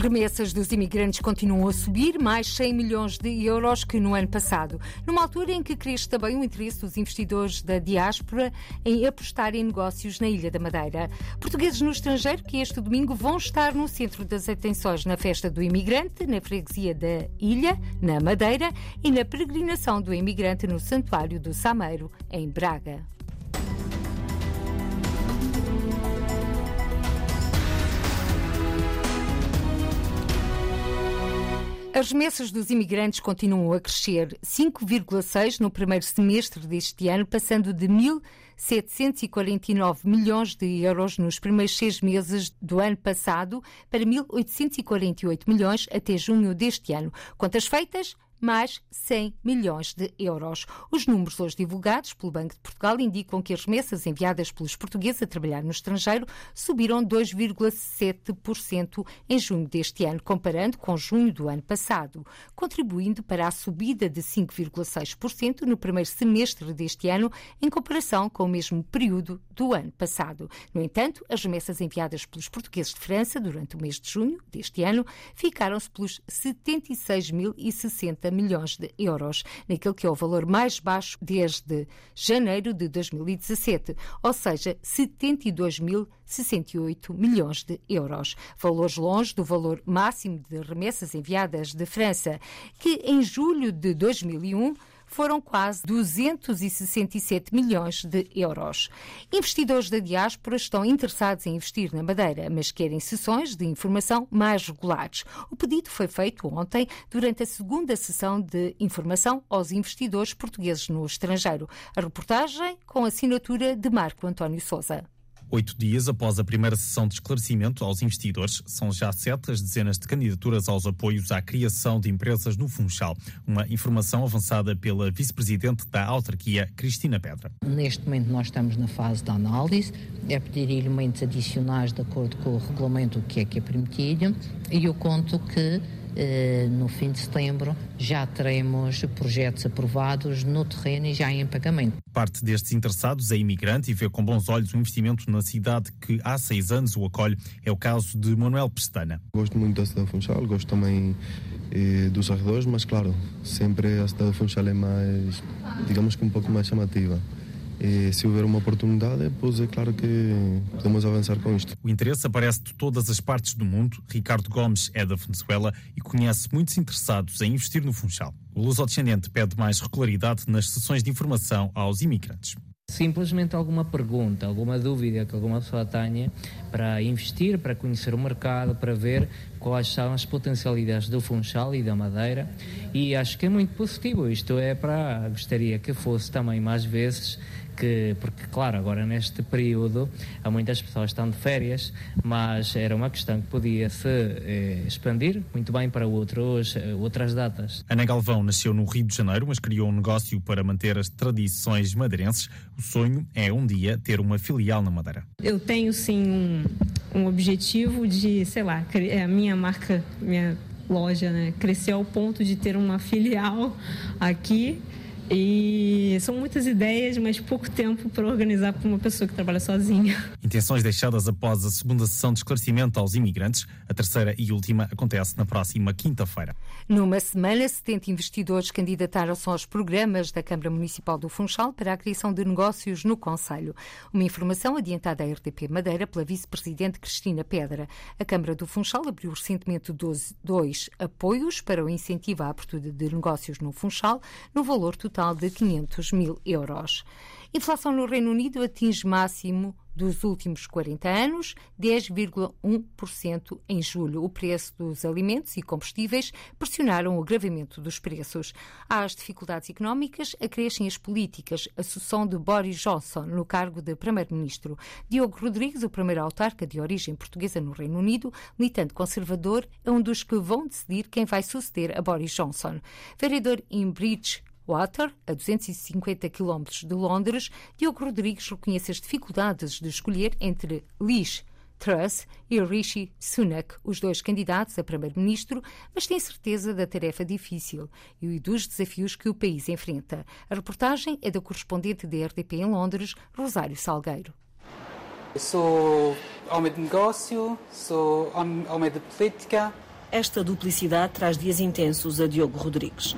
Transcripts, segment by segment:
Remessas dos imigrantes continuam a subir, mais 100 milhões de euros que no ano passado, numa altura em que cresce também o interesse dos investidores da diáspora em apostar em negócios na Ilha da Madeira. Portugueses no estrangeiro que este domingo vão estar no centro das atenções na Festa do Imigrante, na freguesia da Ilha, na Madeira, e na peregrinação do imigrante no Santuário do Sameiro, em Braga. As remessas dos imigrantes continuam a crescer, 5,6% no primeiro semestre deste ano, passando de 1.749 milhões de euros nos primeiros 6 meses do ano passado para 1.848 milhões até junho deste ano. Contas feitas, mais 100 milhões de euros. Os números hoje divulgados pelo Banco de Portugal indicam que as remessas enviadas pelos portugueses a trabalhar no estrangeiro subiram 2,7% em junho deste ano, comparando com junho do ano passado, contribuindo para a subida de 5,6% no primeiro semestre deste ano, em comparação com o mesmo período do ano passado. No entanto, as remessas enviadas pelos portugueses de França durante o mês de junho deste ano ficaram-se pelos 76.060 milhões de euros, naquele que é o valor mais baixo desde janeiro de 2017, ou seja, 72.068 milhões de euros. Valores longe do valor máximo de remessas enviadas de França, que em julho de 2001 foram quase 267 milhões de euros. Investidores da diáspora estão interessados em investir na Madeira, mas querem sessões de informação mais regulares. O pedido foi feito ontem durante a segunda sessão de informação aos investidores portugueses no estrangeiro. A reportagem com a assinatura de Marco António Sousa. 8 dias após a primeira sessão de esclarecimento aos investidores, são já 7 as dezenas de candidaturas aos apoios à criação de empresas no Funchal. Uma informação avançada pela vice-presidente da autarquia, Cristina Pedra. Neste momento nós estamos na fase da análise, é pedir elementos adicionais de acordo com o regulamento, o que é permitido, e eu conto que no fim de setembro já teremos projetos aprovados no terreno e já em pagamento. Parte destes interessados é imigrante e vê com bons olhos o investimento na cidade que há 6 anos o acolhe. É o caso de Manuel Pestana. Gosto muito da cidade de Funchal, gosto também dos arredores, mas claro, sempre a cidade de Funchal é mais, digamos que um pouco mais chamativa. E se houver uma oportunidade, pois é claro que podemos avançar com isto. O interesse aparece de todas as partes do mundo. Ricardo Gomes é da Venezuela e conhece muitos interessados em investir no Funchal. O luso-descendente pede mais regularidade nas sessões de informação aos imigrantes. Simplesmente alguma pergunta, alguma dúvida que alguma pessoa tenha para investir, para conhecer o mercado, para ver quais são as potencialidades do Funchal e da Madeira, e acho que é muito positivo. Isto é para, gostaria que fosse também mais vezes, porque claro, agora neste período há muitas pessoas que estão de férias, mas era uma questão que podia se expandir muito bem para outras datas. Ana Galvão nasceu no Rio de Janeiro, mas criou um negócio para manter as tradições madeirenses. O sonho é um dia ter uma filial na Madeira. Eu tenho sim um objetivo de, a minha marca, minha loja, crescer ao ponto de ter uma filial aqui. E são muitas ideias, mas pouco tempo para organizar para uma pessoa que trabalha sozinha. Intenções deixadas após a segunda sessão de esclarecimento aos imigrantes. A terceira e última acontece na próxima quinta-feira. Numa semana, 70 investidores candidataram-se aos programas da Câmara Municipal do Funchal para a criação de negócios no concelho. Uma informação adiantada à RTP Madeira pela vice-presidente Cristina Pedra. A Câmara do Funchal abriu recentemente 2 apoios para o incentivo à abertura de negócios no Funchal, no valor total de 500 mil euros. Inflação no Reino Unido atinge máximo dos últimos 40 anos, 10,1% em julho. O preço dos alimentos e combustíveis pressionaram o agravamento dos preços. Às dificuldades económicas acrescem as políticas. A sucessão de Boris Johnson no cargo de primeiro-ministro. Diogo Rodrigues, o primeiro autarca de origem portuguesa no Reino Unido, militante conservador, é um dos que vão decidir quem vai suceder a Boris Johnson. Vereador em Bridgewater, a 250 km de Londres, Diogo Rodrigues reconhece as dificuldades de escolher entre Liz Truss e Rishi Sunak, os 2 candidatos a primeiro-ministro, mas tem certeza da tarefa difícil e dos desafios que o país enfrenta. A reportagem é da correspondente da RTP em Londres, Rosário Salgueiro. Sou homem de negócio, sou homem de política Esta duplicidade traz dias intensos a Diogo Rodrigues.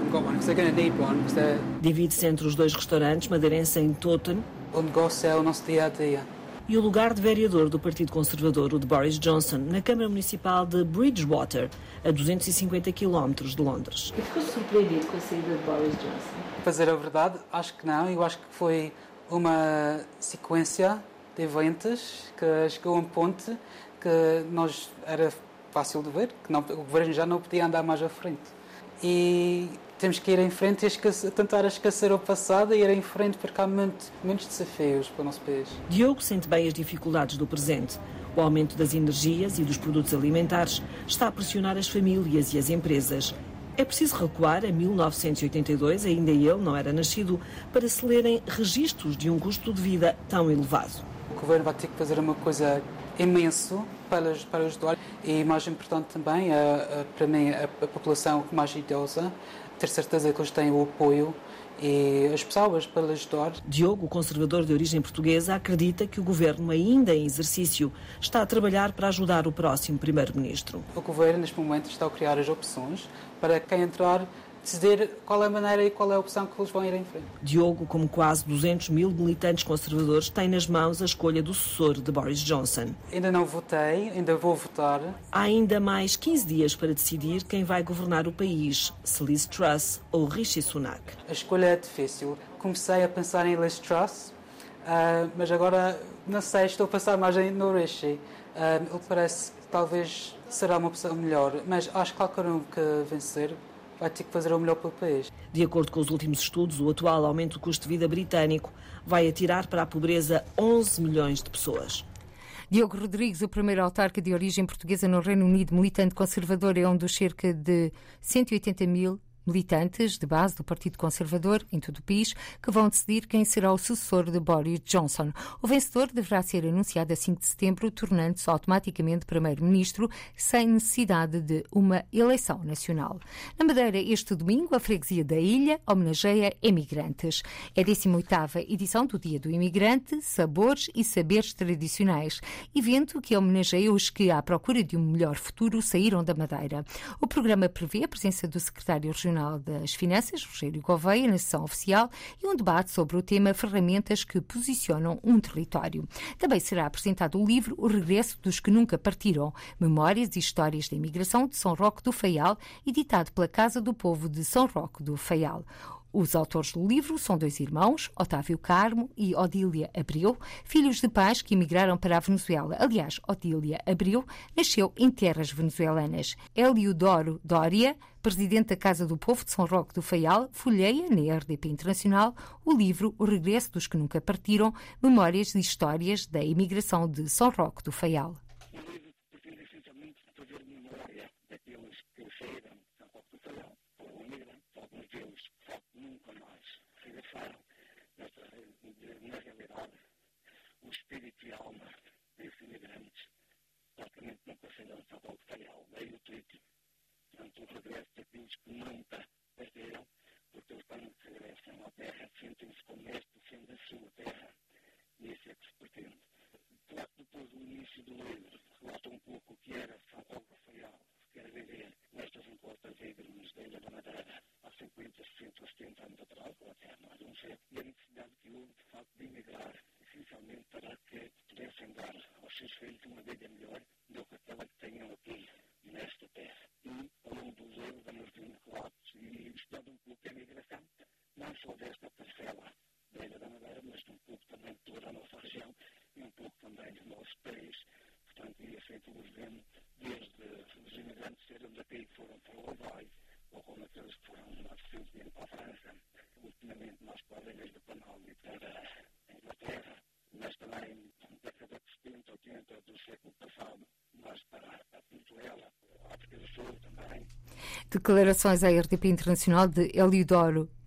Divide-se entre os 2 restaurantes, madeirense em Totten, onde gosto é o nosso dia-a-dia, e o lugar de vereador do Partido Conservador, o de Boris Johnson, na Câmara Municipal de Bridgewater, a 250 km de Londres. E ficou surpreendido com a saída de Boris Johnson? Para dizer a verdade, acho que não. Eu acho que foi uma sequência de eventos que chegou a um ponto que era fácil de ver, que o governo já não podia andar mais à frente. E temos que ir em frente e tentar esquecer o passado e ir em frente, porque há muitos desafios para o nosso país. Diogo sente bem as dificuldades do presente. O aumento das energias e dos produtos alimentares está a pressionar as famílias e as empresas. É preciso recuar a 1982, ainda ele não era nascido, para se lerem registros de um custo de vida tão elevado. O governo vai ter que fazer uma coisa imensa para ajudar e, mais importante também, para mim, a população mais idosa, ter certeza que eles têm o apoio e as pessoas para ajudar. Diogo, conservador de origem portuguesa, acredita que o governo, ainda em exercício, está a trabalhar para ajudar o próximo primeiro-ministro. O governo, neste momento, está a criar as opções para quem entrar decidir qual é a maneira e qual é a opção que eles vão ir em frente. Diogo, como quase 200 mil militantes conservadores, tem nas mãos a escolha do sucessor de Boris Johnson. Ainda não votei, ainda vou votar. Há ainda mais 15 dias para decidir quem vai governar o país, se Liz Truss ou Rishi Sunak. A escolha é difícil. Comecei a pensar em Liz Truss, mas agora, não sei, estou a pensar mais no Rishi. Ele parece que talvez será uma opção melhor, mas acho que qualquer um que vencer vai ter que fazer o melhor pelo país. De acordo com os últimos estudos, o atual aumento do custo de vida britânico vai atirar para a pobreza 11 milhões de pessoas. Diogo Rodrigues, o primeiro autarca de origem portuguesa no Reino Unido, militante conservador, é um dos cerca de 180 mil militantes de base do Partido Conservador em todo o país que vão decidir quem será o sucessor de Boris Johnson. O vencedor deverá ser anunciado a 5 de setembro, tornando-se automaticamente primeiro-ministro sem necessidade de uma eleição nacional. Na Madeira, este domingo, a freguesia da Ilha homenageia emigrantes. É a 18ª edição do Dia do Imigrante, Sabores e Saberes Tradicionais, evento que homenageia os que, à procura de um melhor futuro, saíram da Madeira. O programa prevê a presença do secretário regional das Finanças, Rogério Gouveia, na sessão oficial, e um debate sobre o tema Ferramentas que posicionam um território. Também será apresentado o livro O Regresso dos que Nunca Partiram, Memórias e Histórias da Imigração de São Roque do Faial, editado pela Casa do Povo de São Roque do Faial. Os autores do livro são 2 irmãos, Otávio Carmo e Odília Abreu, filhos de pais que emigraram para a Venezuela. Aliás, Odília Abreu nasceu em terras venezuelanas. Eliodoro Dória, presidente da Casa do Povo de São Roque do Faial, folheia na RDP Internacional o livro O Regresso dos que Nunca Partiram, Memórias e Histórias da Imigração de São Roque do Faial. Na realidade, o espírito e a alma desses imigrantes praticamente nunca saíram de São Paulo de Faial, daí o tweet. Portanto, o regresso daqueles que nunca partiram, porque eles, quando regressam à terra, sentem-se como este sendo a sua terra, e isso é que se pretende. Claro que depois do início do livro, relata um pouco o que era São Paulo de Faial, que era viver nestas encostas ígremes da Ilha da Madeira, há 50, 60, 70 anos atrás, ou até mais um século, e a necessidade que houve, de facto, de emigrar, essencialmente para que pudessem dar aos seus filhos uma vida melhor do que aquela que tenham aqui, nesta terra. E, ao longo dos anos, vamos vendo relatos e estudando um pouco a migração, não só desta parcela da Ilha da Madeira, mas um pouco também de toda a nossa região e um pouco também do nosso país. Portanto, ia sempre vendo desde os imigrantes serem daqui que foram para o Uruguai, ou como aqueles que foram recentemente para a França, ultimamente mais para as ilhas do Panal e para a Inglaterra, mas também na década de 70, 80 do século passado, mais para a Venezuela, a África do Sul também. Declarações à RDP Internacional de Eliodoro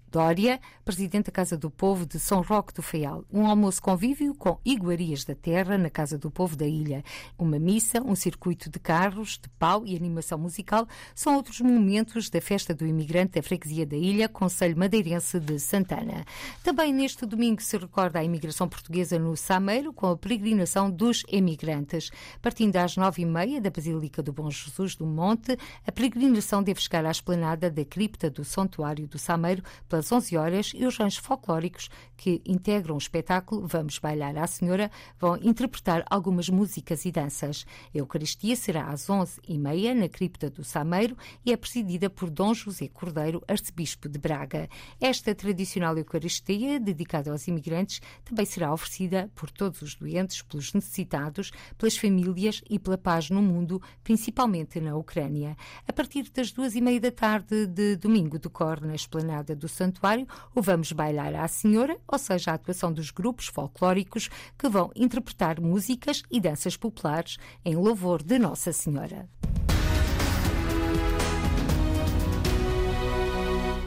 Dória, presidente da Casa do Povo de São Roque do Faial. Um almoço convívio com iguarias da terra na Casa do Povo da ilha. Uma missa, um circuito de carros, de pau e animação musical são outros momentos da festa do imigrante da freguesia da ilha, concelho madeirense de Santana. Também neste domingo se recorda a imigração portuguesa no Sameiro com a peregrinação dos emigrantes. Partindo às 9h30 da Basílica do Bom Jesus do Monte, a peregrinação deve chegar à esplanada da cripta do Santuário do Sameiro às 11 horas e os ranchos folclóricos que integram o espetáculo Vamos Bailar à Senhora vão interpretar algumas músicas e danças. A Eucaristia será às 11h30 na cripta do Sameiro e é presidida por Dom José Cordeiro, arcebispo de Braga. Esta tradicional Eucaristia, dedicada aos imigrantes, também será oferecida por todos os doentes, pelos necessitados, pelas famílias e pela paz no mundo, principalmente na Ucrânia. A partir das 2h30 da tarde de domingo decorre na esplanada do Santuário o Vamos Bailar à Senhora, ou seja, a atuação dos grupos folclóricos que vão interpretar músicas e danças populares em louvor de Nossa Senhora.